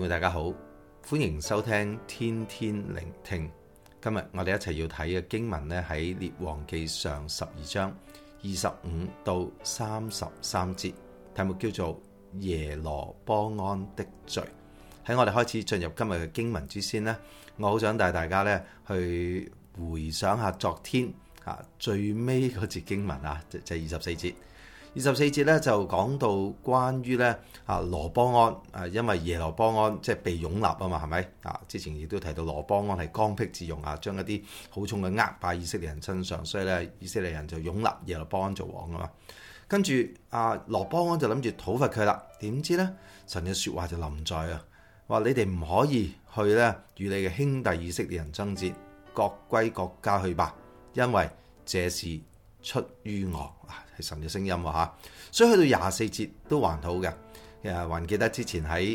大家好，歡迎收聽天天聆聽。今日我哋一齊要睇嘅經文呢，喺列王記上12章25到33節，題目叫做耶羅波安的罪。喺我哋開始進入今日嘅經文之先呢，我好想帶大家呢去回想下昨天最尾嗰節經文就係24節。24節咧就講到關於咧羅波安因為耶羅波安即係被擁立啊嘛，係咪之前亦都提到羅波安係剛愎自用將一啲好重嘅軛擺以色列人身上，所以咧以色列人就擁立耶羅波安做王啊嘛。跟住羅波安就諗住討伐佢啦，點知咧神嘅說話就臨在話你哋唔可以去咧與你嘅兄弟以色列人爭戰，各歸各家去吧，因為這是出於我。係神嘅聲音所以去到24節都還好嘅。還記得之前喺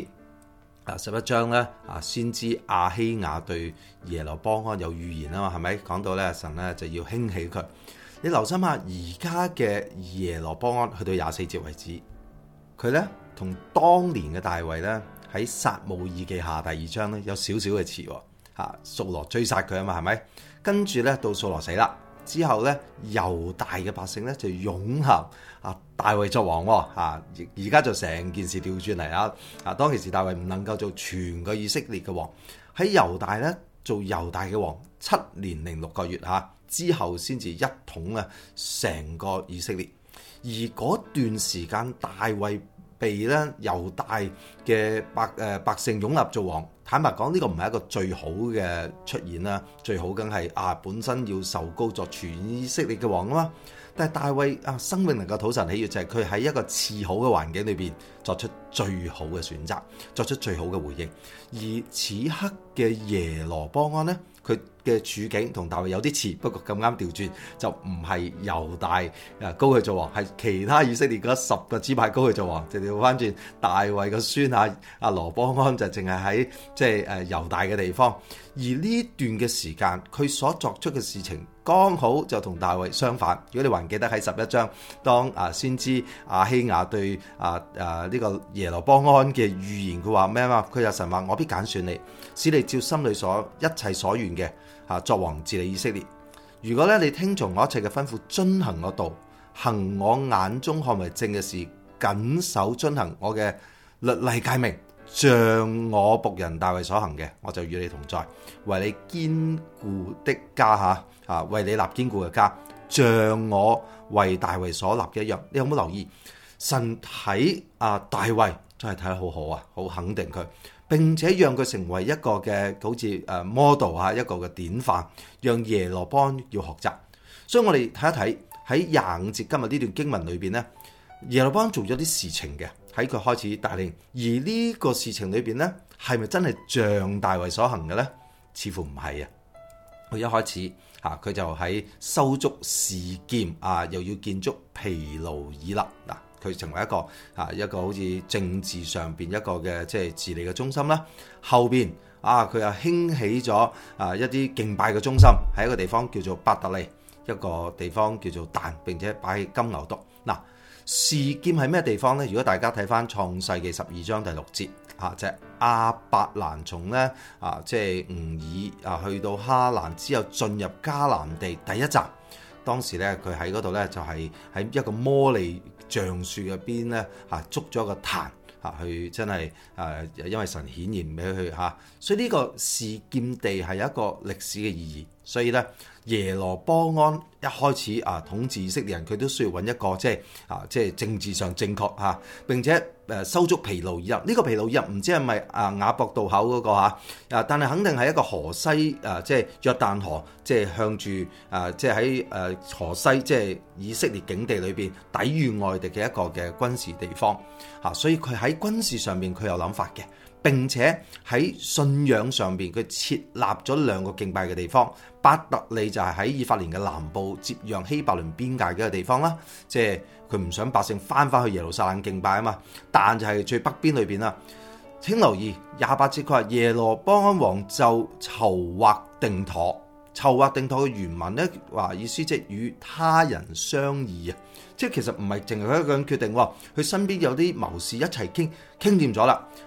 11章咧先知亞希雅對耶羅波安有預言啊嘛，係咪講到咧神咧就要興起佢？你留心下而家嘅耶羅波安去到24節為止，佢咧同當年嘅大衛咧喺撒母耳記下第2章咧有少少嘅似掃羅追殺佢啊嘛，係咪？跟住咧到掃羅死啦之後咧，猶大嘅百姓咧就擁立大衛作王而家就成件事調轉嚟當其時大衛唔能夠做全個以色列嘅王，喺猶大咧做猶大嘅王7年零6個月之後先至一統成個以色列。而嗰段時間大衛被咧猶大嘅百姓擁立做王，坦白講呢個唔係一個最好嘅出現啦，最好梗係本身要受膏作全以色列嘅王啊嘛。但係大衛生命能夠討神喜悅，就係佢喺一個次好嘅環境裏邊作出最好嘅選擇，作出最好嘅回應。而此刻嘅耶羅波安呢，佢嘅處境同大衛有啲似，不過咁啱調轉，就唔係猶大膏佢做王，係其他以色列嗰10個支派膏佢做王，就調翻轉大衛個孫羅波安就淨係喺即係猶大嘅地方。而呢段嘅時間，佢所作出嘅事情剛好就同大衛相反。如果你還記得喺11章，當先知亞希雅對呢個耶羅波安嘅預言，佢話咩啊？佢有神話我必揀選你，使你照心裏一切所願嘅作王治理以色列。如果咧你聽從我一切嘅吩咐，遵行我道，行我眼中看為正嘅事，謹守遵行我嘅律例誡命，像我僕人大衛所行嘅，我就與你同在，為你堅固的家為你立堅固嘅家，像我為大衛所立嘅一樣。你有冇留意神睇大衛真係睇得好好好肯定佢，並且讓佢成為一個嘅好似model一個嘅典範，讓耶羅波安要學習。所以我哋睇一睇喺25節今日呢段經文裏邊呢，耶羅波安做咗啲事情嘅，喺佢開始帶領。而呢個事情裏邊呢，係咪真係像大衛所行嘅呢？似乎唔係佢一開始佢就喺修築示劍又要建築毗努伊勒佢成為一個好似政治上邊一個嘅即係治理嘅中心啦。後邊佢又興起咗一啲敬拜嘅中心，喺一個地方叫做伯特利，一個地方叫做但，並且擺喺金牛犢。示劍係咩地方呢？如果大家睇翻創世記12章第6節就係亞伯蘭從咧即係吾爾去到哈蘭之後進入迦南地第一站，當時咧佢喺嗰度咧就係喺一個摩利橡樹入邊咧捉咗個壇去，真係因為神顯現俾佢所以呢個示劍地係有一個歷史嘅意義。所以咧耶羅波安一開始統治以色列人，佢都需要揾一個即係政治上正確並且修築毗努伊勒。呢個毗努伊勒唔知係咪雅博渡口嗰個但係肯定係一個河西即係約旦河，即係向住即係喺河西即係以色列境地裏邊抵禦外敵嘅一個嘅軍事地方所以佢喺軍事上面佢有諗法嘅。並且喺信仰上邊，佢設立咗2個敬拜嘅地方。伯特利就係喺以法蓮嘅南部，接壤希伯倫邊界嘅一個地方啦。即係佢唔想百姓翻去耶路撒冷敬拜啊嘛。但就係最北邊裏邊啦。請留意28節，佢話耶羅波安王就籌劃定妥。籌劃定妥嘅原文咧話意思即係與他人商議即係其實唔係淨係佢一個人決定，佢身邊有啲謀士一齊傾掂咗啦。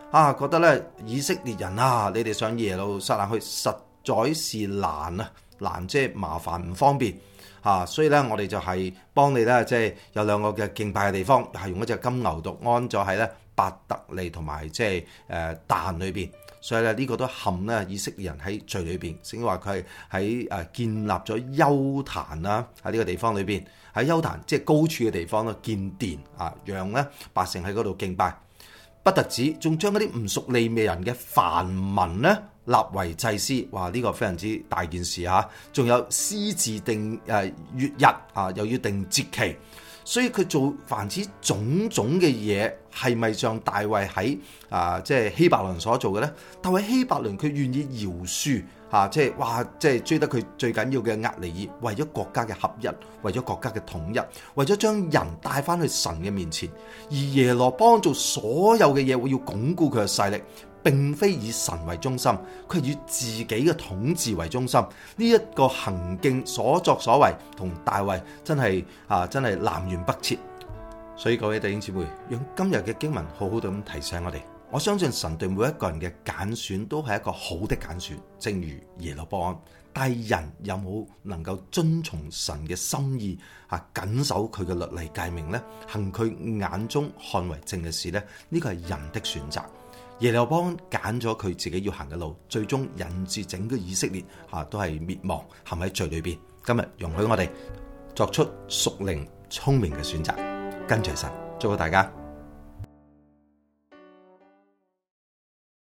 覺得咧以色列人啊，你哋上耶路撒冷去實在是難啊，難即係麻煩唔方便所以咧我哋就係幫你咧，即係有兩個嘅敬拜嘅地方，係用一隻金牛犢安咗喺咧伯特利同埋即係但裏邊。所以咧呢個都陷咧以色列人喺罪裏邊，聖經話佢係喺建立咗邱壇啦，喺呢個地方裏邊，喺邱壇即係高處嘅地方咧建殿讓咧百姓喺嗰度敬拜。不特止，仲將嗰啲唔屬利未人嘅凡民咧立為祭司，哇！呢個非常之大件事仲有私自定月日又要定節期，所以佢做凡此種種嘅嘢，係咪像大衛喺即係希伯倫所做嘅咧？大衛希伯倫佢願意饒恕即係追得佢最緊要嘅押尼珥，為咗國家嘅合一，為咗國家嘅統一，為咗將人帶翻去神嘅面前。而耶羅波安做所有嘅嘢，會要鞏固佢嘅勢力，並非以神為中心，佢係以自己嘅統治為中心。呢一個行徑所作所為，同大衛真係南轅北轍。所以各位弟兄姊妹，讓今日嘅經文好好咁提醒我哋。我相信神對每一個人嘅揀選都係一個好的揀選，正如耶羅波安。但係人有冇能夠遵從神嘅心意謹守佢嘅律例誡命呢？行佢眼中看為正嘅事呢？呢個係人的選擇。耶羅波安揀咗佢自己要行嘅路，最終引致整個以色列都係滅亡，陷喺罪裏邊。今日容許我哋作出屬靈聰明嘅選擇，跟隨神。祝福大家。